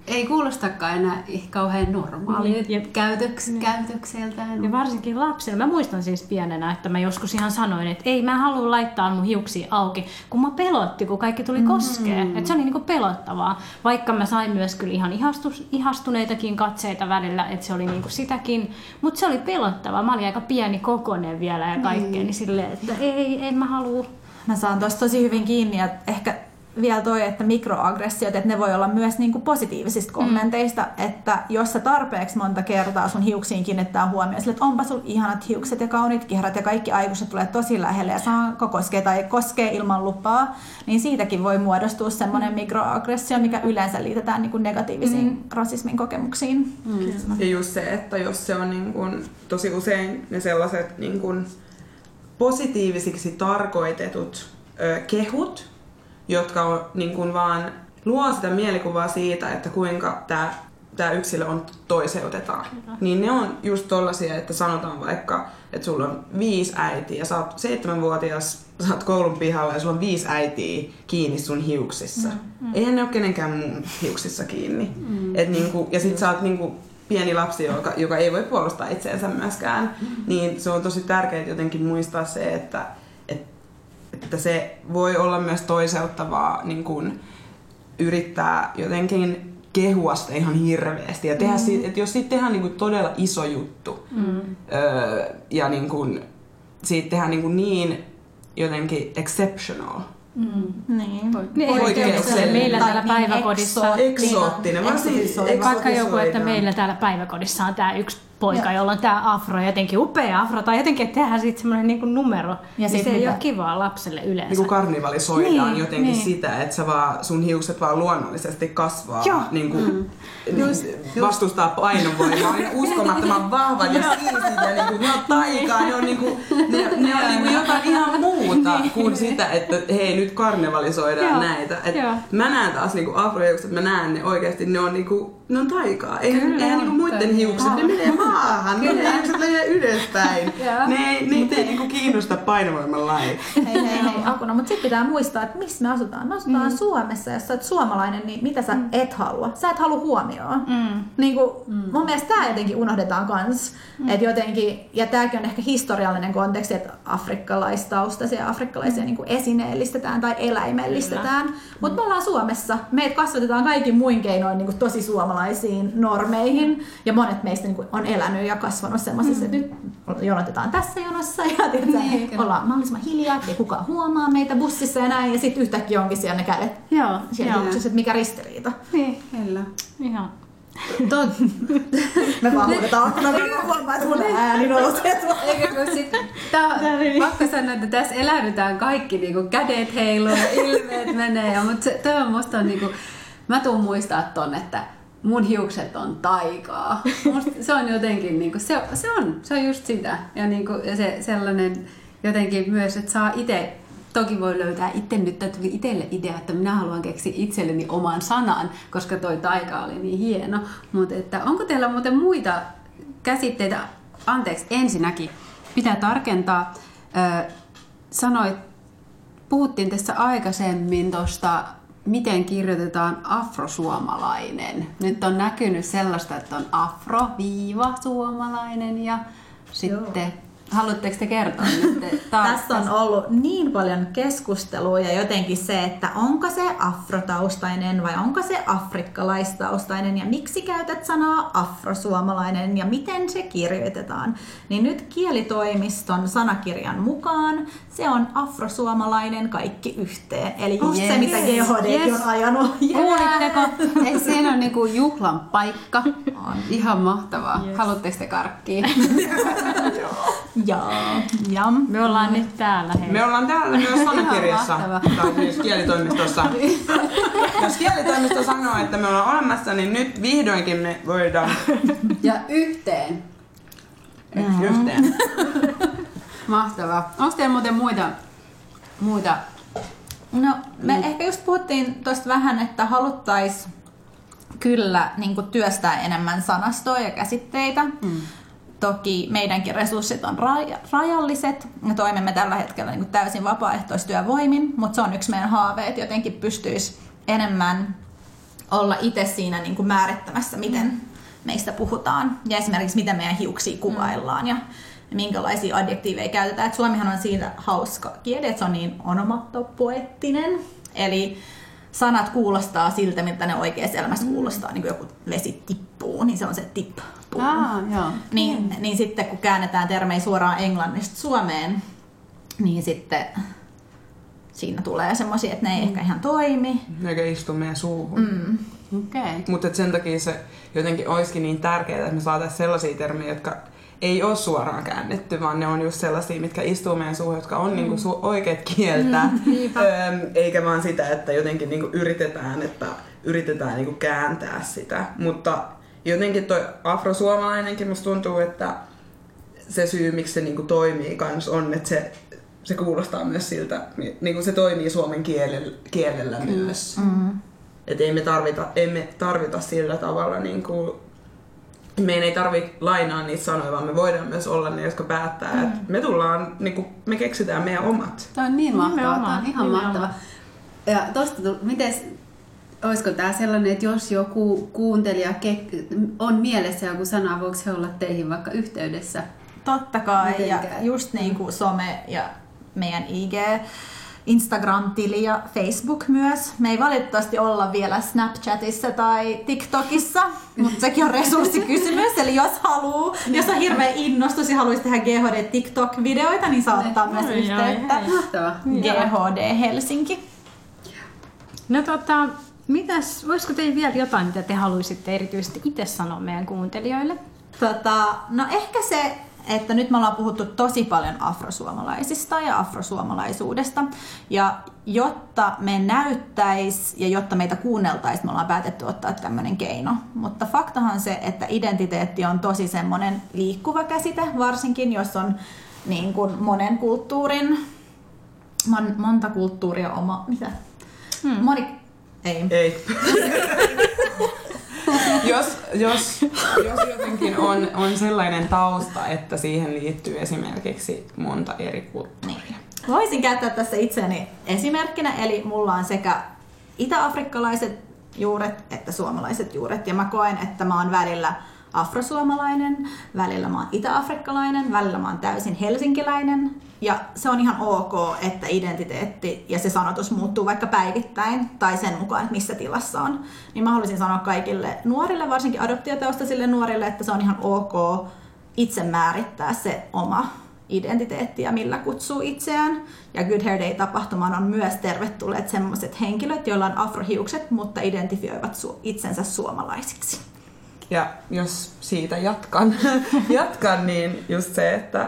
ei kuulostakaan enää kauhean normaalia käytökseltään. Ja varsinkin lapsilla. Mä muistan siis pienenä, että mä joskus ihan sanoin, että ei mä halua laittaa mun hiuksia auki, kun mä pelotti, kun kaikki tuli koskee. Että se oli niinku pelottavaa. Vaikka mä sain myös kyllä ihan ihastuneitakin katseita välillä, että se oli niinku sitäkin. Mutta se oli pelottavaa. Mä olin aika pieni kokoinen vielä ja kaikkea, niin silleen, että ei mä halua. Mä saan tosta tosi hyvin kiinni ja ehkä vielä toi, että mikroaggressiot, että ne voi olla myös niinku positiivisista kommenteista, että jos sä tarpeeksi monta kertaa sun hiuksiin kiinnittää huomioon, sille, että onpa sulla ihanat hiukset ja kauniit kihrat ja kaikki aikuiset tulee tosi lähelle ja saanko koskee tai koskee ilman lupaa, niin siitäkin voi muodostua semmoinen mikroaggressio, mikä yleensä liitetään niinku negatiivisiin rasismin kokemuksiin. Ja just se, että jos se on niinku, tosi usein ne sellaiset niinku, positiivisiksi tarkoitetut kehut, jotka on, niin kuin vaan luo sitä mielikuvaa siitä, että kuinka tämä yksilö on toiseutetaan. Niin ne on just tollasia, että sanotaan vaikka, että sulla on 5 äitiä ja sä oot 7-vuotias, sä oot koulun pihalla ja sulla on 5 äitiä kiinni sun hiuksissa. Eihän ne ole kenenkään muun hiuksissa kiinni. Et niinku, ja sit sä oot niinku pieni lapsi, joka ei voi puolustaa itseensä myöskään. Niin se on tosi tärkeää jotenkin muistaa se, että se voi olla myös toiseuttavaa niin kuin yrittää jotenkin kehua sitä ihan hirveästi ja tehdä siitä, että jos siitä tehdään niin kuin todella iso juttu ja niin kuin, siitä tehdään niin jotenkin exceptional. Niin. Poikkeuksellinen. Meillä täällä päiväkodissa. Eksoottinen. Vaikka joku, että meillä täällä päiväkodissa on tää yksi poika, jolla on tää afro, jotenkin upea afro, tai jotenkin, että tehdään siitä semmoinen niinku numero. Ja niin se ei ole kivaa lapselle yleensä. Niin kuin karnivalisoidaan jotenkin sitä, että sun hiukset vaan luonnollisesti kasvaa. Niin kuin, vastustaa painovoimaa. Ne uskomattoman vahvat ja siisit ja niinku, ne on taikaa. Ne on, niinku, ne on niinku jotain ihan muuta kuin sitä, että hei nyt karnevalisoidaan näitä. Mä näen taas niinku afrohiukset, mä näen ne oikeasti, ne on niinku, ne on taikaa. Eihän niinku muiden hiukset, ne menee maahan, ne hiukset menee ylöspäin. Niitä ei niinku kiinnosta painovoiman laji. Hei, Akuna, mutta sitten pitää muistaa, että missä me asutaan. Me asutaan Suomessa, jos sä oot suomalainen, niin mitä sä et halua? Sä et halua huomioon. Niinku, mun mielestä tää jotenkin unohdetaan kans. Et jotenkin, ja tääkin on ehkä historiallinen konteksti, että afrikkalaisia niinku esineellistetään tai eläimellistetään. Mutta me ollaan Suomessa. Meitä kasvatetaan kaikin muin keinoin niinku tosi suomalaisiin normeihin. Ja monet meistä niinku on elänyt ja kasvanut semmoisessa, että nyt jonotetaan tässä jonossa ja ollaan mahdollisimman hiljaa, ettei kukaan huomaa meitä bussissa ja näin. Ja sitten yhtäkkiä onkin siellä ne kädet. Että mikä ristiriita. Niin, kyllä. Ihan. Me vaan huudetaan Akuna, huomaa, että mun ääni nousee. Pakko sanoa, että tässä eläydytään kaikki, niinku, kädet heiluu ja ilmeet menee. Mutta toi on musta on, niinku, mä tuun muistaa ton, että mun hiukset on taikaa. Se on jotenkin, niinku, se on just sitä. Ja, niinku, ja se sellainen jotenkin myös, että saa itse. Toki voi löytää itse, nyt tuli itselle idea, että minä haluan keksiä itselleni oman sanan, koska toi taika oli niin hieno. Mutta että onko teillä muuten muita käsitteitä? Anteeksi, ensinnäkin pitää tarkentaa. Puhuttiin tässä aikaisemmin tuosta, miten kirjoitetaan afrosuomalainen. Nyt on näkynyt sellaista, että on afro-suomalainen ja sitten... Haluatteko te kertoa nyt? Tässä on ollut niin paljon keskustelua ja jotenkin se, että onko se afrotaustainen vai onko se afrikkalaistaustainen ja miksi käytät sanaa afrosuomalainen ja miten se kirjoitetaan. Niin nyt Kielitoimiston sanakirjan mukaan se on afrosuomalainen kaikki yhteen. Eli just se, mitä GHD on ajanut. Kuulitteko? Ei, siinä on niinku juhlan paikka. On. Ihan mahtavaa. Haluatteko te karkkia? Ja me ollaan nyt täällä. Hei. Me ollaan täällä myös sanakirjassa, tai siis Kielitoimistossa. Jos Kielitoimisto sanoo, että me ollaan olemassa, niin nyt vihdoinkin me voidaan... Ja yhteen. Yhteen. Mahtavaa. Onko teillä muuten muita? No, me ehkä just puhuttiin tuosta vähän, että haluttaisiin kyllä niin kuin työstää enemmän sanastoa ja käsitteitä. Toki meidänkin resurssit on rajalliset ja toimimme tällä hetkellä niin kuin täysin vapaaehtoistyövoimin, mutta se on yksi meidän haave, että jotenkin pystyisi enemmän olla itse siinä niin kuin määrittämässä, miten meistä puhutaan ja esimerkiksi miten meidän hiuksia kuvaillaan ja minkälaisia adjektiiveja käytetään. Et suomihan on siitä hauska kieli, että se on niin onomatopoeettinen, eli sanat kuulostaa siltä, miltä ne oikeassa elämässä kuulostaa, niin kuin joku vesi tippuu, niin se on se tippuu. Niin sitten kun käännetään termejä suoraan englannista suomeen, niin sitten siinä tulee semmoisia, että ne ei ehkä ihan toimi. Eikä istu meidän suuhun. Okay. Mutta sen takia se jotenkin olisikin niin tärkeää, että me saataisiin sellaisia termejä, jotka ei ole suoraan käännetty, vaan ne on just sellaisia, mitkä istuu meidän suuhun, jotka on niinku oikeat kieltä. Eikä vaan sitä, että jotenkin niinku yritetään niinku kääntää sitä. Mutta jotenkin toi afrosuomalainenkin musta tuntuu, että se syy, miksi se niinku toimii kans on, että se kuulostaa myös siltä, niinku se toimii suomen kielellä myös. Että ei me tarvita sillä tavalla niinku, meidän ei tarvitse lainaa niitä sanoja, vaan me voidaan myös olla ne, jotka päättää, että me tullaan, niinku, me keksitään meidän omat. Tämä on niin mahtavaa, tämä on ihan mahtavaa. Ja tosta olisiko tämä sellainen, että jos joku kuuntelija on mielessä joku sana, voiko he olla teihin vaikka yhteydessä? Totta kai, ja just niin kuin some ja meidän IG, Instagram-tili ja Facebook myös. Me ei valitettavasti olla vielä Snapchatissa tai TikTokissa, mutta sekin on resurssikysymys. Eli jos on hirveä innostus ja haluaisi tehdä GHD TikTok-videoita, niin saa ottaa myös yhteyttä. GHD Helsinki. No voisiko teillä vielä jotain, mitä te haluaisitte erityisesti itse sanoa meidän kuuntelijoille? No ehkä se, että nyt me ollaan puhuttu tosi paljon afrosuomalaisista ja afrosuomalaisuudesta. Ja jotta me näyttäisi ja jotta meitä kuunneltaisiin, me ollaan päätetty ottaa tämmöinen keino. Mutta faktahan se, että identiteetti on tosi semmoinen liikkuva käsite, varsinkin jos on niin kuin monen kulttuurin, monta kulttuuria oma... Mitä? Ei. Jos jotenkin on sellainen tausta, että siihen liittyy esimerkiksi monta eri kulttuuria. Niin. Voisin käyttää tässä itseäni esimerkkinä, eli mulla on sekä itä-afrikkalaiset juuret että suomalaiset juuret, ja mä koen, että mä oon välillä afrosuomalainen, välillä mä oon itä-afrikkalainen, välillä mä oon täysin helsinkiläinen, ja se on ihan ok, että identiteetti ja se sanotus muuttuu vaikka päivittäin tai sen mukaan, että missä tilassa on. Niin mä haluaisin sanoa kaikille nuorille, varsinkin adoptiotaustaisille nuorille, että se on ihan ok itse määrittää se oma identiteetti ja millä kutsuu itseään. Ja Good Hair Day-tapahtumaan on myös tervetulleet sellaiset henkilöt, joilla on afrohiukset, mutta identifioivat itsensä suomalaisiksi. Ja jos siitä jatkan, niin just se, että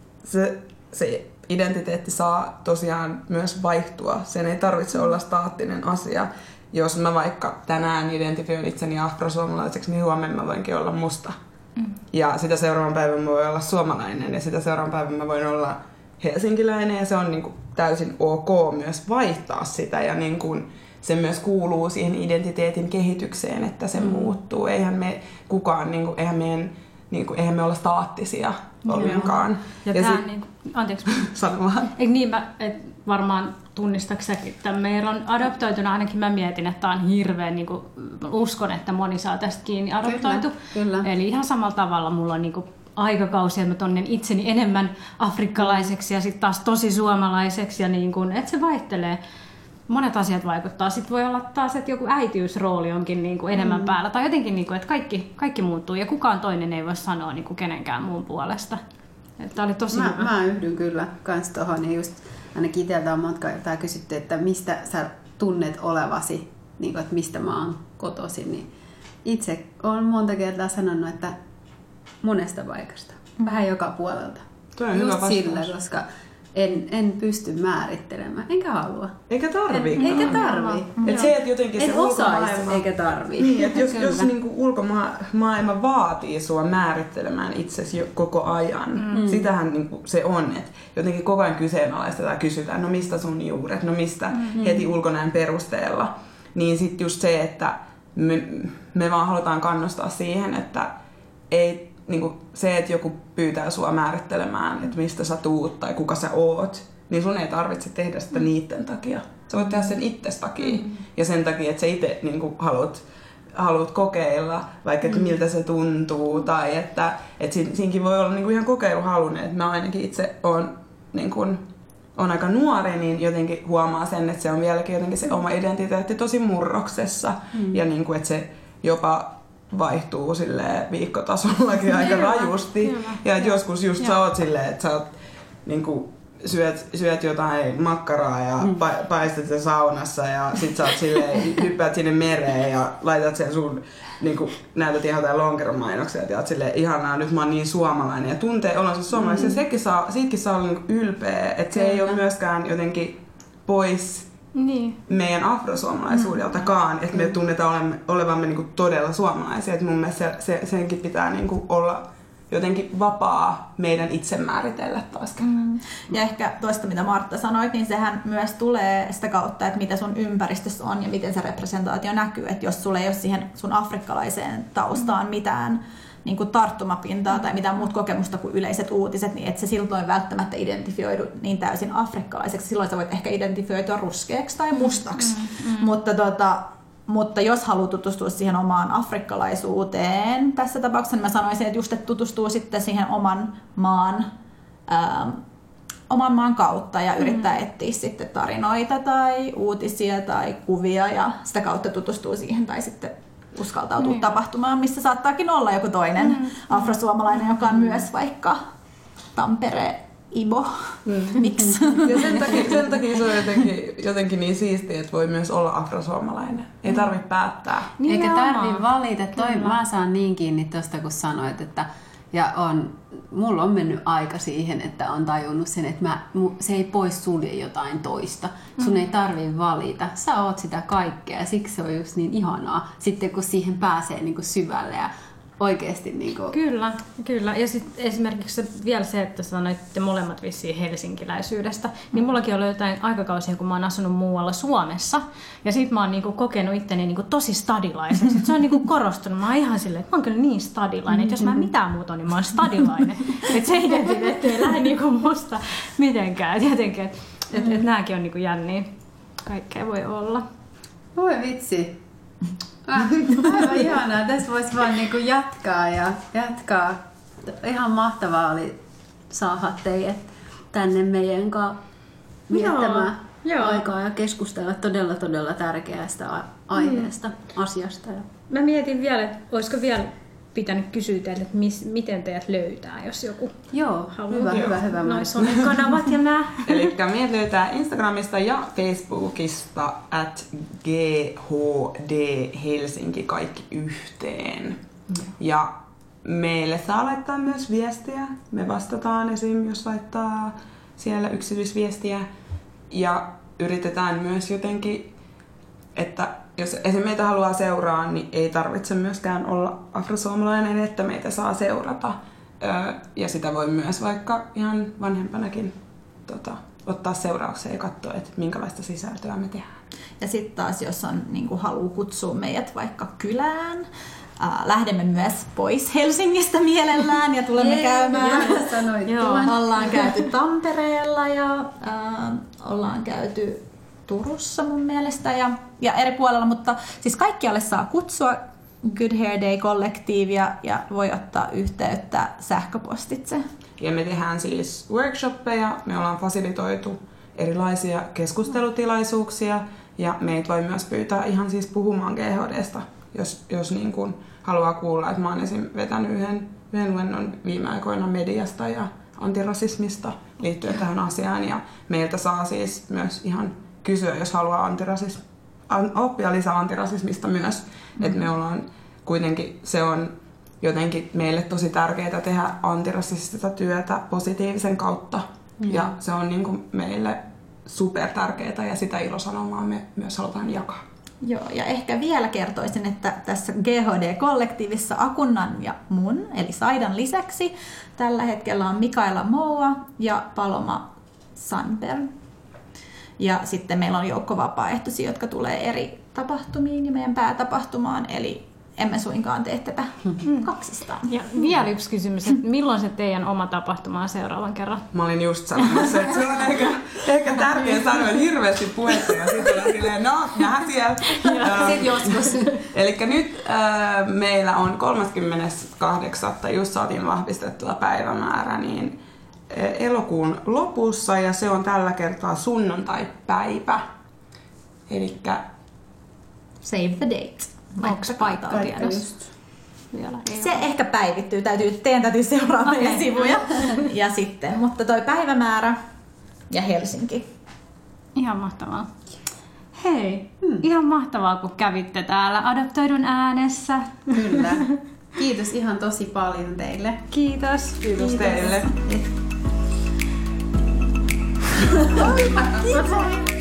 se identiteetti saa tosiaan myös vaihtua. Sen ei tarvitse olla staattinen asia. Jos mä vaikka tänään identifioin itseni afrosuomalaiseksi, niin huomenna mä voinkin olla musta. Ja sitä seuraavan päivän mä voin olla suomalainen ja sitä seuraavan päivän mä voin olla helsinkiläinen. Ja se on niin kuin täysin ok myös vaihtaa sitä ja niin kuin se myös kuuluu siihen identiteetin kehitykseen, että se muuttuu. Eihän me kukaan, eihän me olla staattisia ollenkaan. Ja tämä, anteeksi. Sano vaan. Varmaan tunnistakseni tämän meidän adoptoituna, ainakin mä mietin, että tämä on hirveän, uskon, että moni saa tästä kiinni adoptoitu. Kyllä. Eli ihan samalla tavalla mulla on aikakausia, että mä tunnen itseni enemmän afrikkalaiseksi ja sitten taas tosi suomalaiseksi, ja että se vaihtelee. Monet asiat vaikuttaa. Sitten voi olla taas, että joku äitiysrooli onkin enemmän päällä. Tai jotenkin, että kaikki muuttuu ja kukaan toinen ei voi sanoa kenenkään muun puolesta. Tämä oli tosi hyvä. Mä yhdyn kyllä kans tohon. Ja just ainakin itseltä on monta kertaa kysytty, että mistä sä tunnet olevasi, että mistä mä oon kotoisin. Niin itse olen monta kertaa sanonut, että monesta paikasta. Vähän joka puolelta. Tuo on just sillä, koska en pysty määrittelemään, enkä halua. Eikä tarvii. Eikä tarvii. Et se, että jotenkin en se osaisi, eikä tarvii. Niin, että jos ulkomaailma vaatii sua määrittelemään itsesi koko ajan, sitähän se on, että jotenkin koko ajan kyseenalaistetaan ja kysytään, no mistä sun juuret, no mistä heti ulkonäön perusteella. Niin sitten just se, että me vaan halutaan kannustaa siihen, että ei se, että joku pyytää sua määrittelemään, että mistä sä tuut tai kuka sä oot, niin sun ei tarvitse tehdä sitä niiden takia. Sä voit tehdä sen itses takia ja sen takia, että sä itse niin haluat kokeilla, vaikka että miltä se tuntuu, tai että siinäkin voi olla niin kuin ihan kokeiluhalunen. Että mä ainakin itse on aika nuori, niin jotenkin huomaa sen, että se on vieläkin jotenkin se oma identiteetti tosi murroksessa. Ja niin kuin, että se jopa vaihtuu silleen viikkotasollakin aika rajusti. Kyllä. Ja että joskus just sä oot silleen, että sä oot niin kuin, syöt jotain makkaraa ja paistat sitä saunassa ja sit sä oot silleen, hyppäät sinne mereen ja laitat sen sun, niinku, näytät ihan jotain lonkeromainoksia ja oot silleen, ihanaa, nyt mä oon niin suomalainen ja tuntee olonsa suomalaisen. Siitäkin saa olla niinku ylpeä, että se ei ole myöskään jotenkin pois meidän afrosuomalaisuudeltakaan, että me tunnetaan olevamme niinku todella suomalaisia. Et mun mielestä senkin pitää niinku olla jotenkin vapaa meidän itse määritellä taas. Ja ehkä tuosta, mitä Martta sanoit, niin sehän myös tulee sitä kautta, että mitä sun ympäristössä on ja miten se representaatio näkyy. Että jos sulla ei ole siihen sun afrikkalaiseen taustaan mitään niin kuin tarttumapintaa tai mitään muut kokemusta kuin yleiset uutiset, niin et se silloin välttämättä identifioidu niin täysin afrikkalaiseksi. Silloin sä voit ehkä identifioitua ruskeaksi tai mustaksi. Mutta jos haluaa tutustua siihen omaan afrikkalaisuuteen tässä tapauksessa, niin mä sanoisin, että just että tutustuu sitten siihen oman maan kautta ja yrittää etsiä sitten tarinoita tai uutisia tai kuvia ja sitä kautta tutustuu siihen tai sitten uskaltautuu tapahtumaan, missä saattaakin olla joku toinen afrosuomalainen, joka on myös vaikka Tampere Ibo. Miksi? Ja sen takia se on jotenkin niin siistiä, että voi myös olla afrosuomalainen. Ei tarvitse päättää. Eikä tarvitse valita. Mä saan niin kiinni tuosta, kun sanoit, että mulla on mennyt aika siihen, että on tajunnut sen, että se ei pois sulje jotain toista. Sun ei tarvitse valita. Sä oot sitä kaikkea ja siksi se on just niin ihanaa. Sitten kun siihen pääsee niin kuin syvälle ja oikeasti niinku. Kyllä. Ja sitten esimerkiksi vielä se, että sanoitte molemmat vissiin helsinkiläisyydestä, niin mullakin oli jotain aikakausia, kun mä oon asunut muualla Suomessa. Ja sit mä oon niinku kokenut itteni niinku tosi stadilaiseksi. Se on niinku korostunut. Mä oon ihan silleen, että mä oon kyllä niin stadilainen, että jos mä en mitään muuta, niin mä oon stadilainen. Että se identiteetti ei lähde niinku musta mitenkään. Jotenkin, että nääkin on niinku jänniä. Kaikkea voi olla. Voi vitsi. Aivan ihanaa. Tässä voisi vaan niinku jatkaa. Ihan mahtavaa oli saada teidät tänne meidän kanssa viettämään aikaa ja keskustella todella tärkeästä aiheesta, asiasta. Mä mietin vielä, että olisiko vielä pitänyt kysyä teille, että miten teidät löytää, jos joku haluaa. Hyvä. Nois on kanavat ja nää. Eli meidät löytää Instagramista ja Facebookista @GHD Helsinki kaikki yhteen. Ja meille saa laittaa myös viestiä. Me vastataan esim. Jos laittaa siellä yksityisviestiä. Ja yritetään myös jotenkin, että jos esim. Meitä haluaa seuraa, niin ei tarvitse myöskään olla afrosuomalainen, että meitä saa seurata. Ja sitä voi myös vaikka ihan vanhempanakin ottaa seuraukseen ja katsoa, että minkälaista sisältöä me tehdään. Ja sitten taas, jos on niin kuin haluaa kutsua meidät vaikka kylään, lähdemme myös pois Helsingistä mielellään ja tulemme käymään. Ollaan käyty Tampereella ja ollaan käyty Turussa mun mielestä ja eri puolella, mutta siis kaikkialle saa kutsua Good Hair Day-kollektiivia ja voi ottaa yhteyttä sähköpostitse. Ja me tehdään siis workshoppeja, me ollaan fasilitoitu erilaisia keskustelutilaisuuksia ja meitä voi myös pyytää ihan siis puhumaan GHDsta, jos niin kuin haluaa kuulla, että mä oon esim. Vetänyt yhden luennon viime aikoina mediasta ja antirasismista liittyen tähän asiaan ja meiltä saa siis myös ihan kysyä, jos haluaa oppia lisää antirasismista myös. Että me ollaan kuitenkin, se on jotenkin meille tosi tärkeää tehdä antirasistista työtä positiivisen kautta. Ja se on niin kuin meille super tärkeää ja sitä ilosanomaa me myös halutaan jakaa. Joo, ja ehkä vielä kertoisin, että tässä GHD-kollektiivissa Akunnan ja mun, eli Saidan lisäksi, tällä hetkellä on Mikaela Moua ja Paloma Sandberg. Ja sitten meillä on joukko vapaaehtoisia, jotka tulee eri tapahtumiin ja meidän päätapahtumaan, eli emme suinkaan tee tätä kaksistaan. Ja vielä yksi kysymys, että milloin se teidän oma tapahtuma on seuraavan kerran? Mä olin just sanomassa, että se on ehkä tärkeä sanoa, hirveästi puhetta ja sitten on silleen, no, nähdään siellä. Sitten joskus. Elikkä nyt meillä on 38. just saatiin vahvistettua päivämäärä, niin elokuun lopussa ja se on tällä kertaa sunnuntaipäivä. Elikkä Save the date. Onko paikka tiedossa? Vielä se ehkä päivittyy, teidän täytyy seuraa meidän sivuja. Ja sitten, mutta toi päivämäärä ja Helsinki. Ihan mahtavaa. Hei, ihan mahtavaa kun kävitte täällä Adoptoidun äänessä. Kyllä. Kiitos ihan tosi paljon teille. Kiitos. kiitos teille. Kiitos.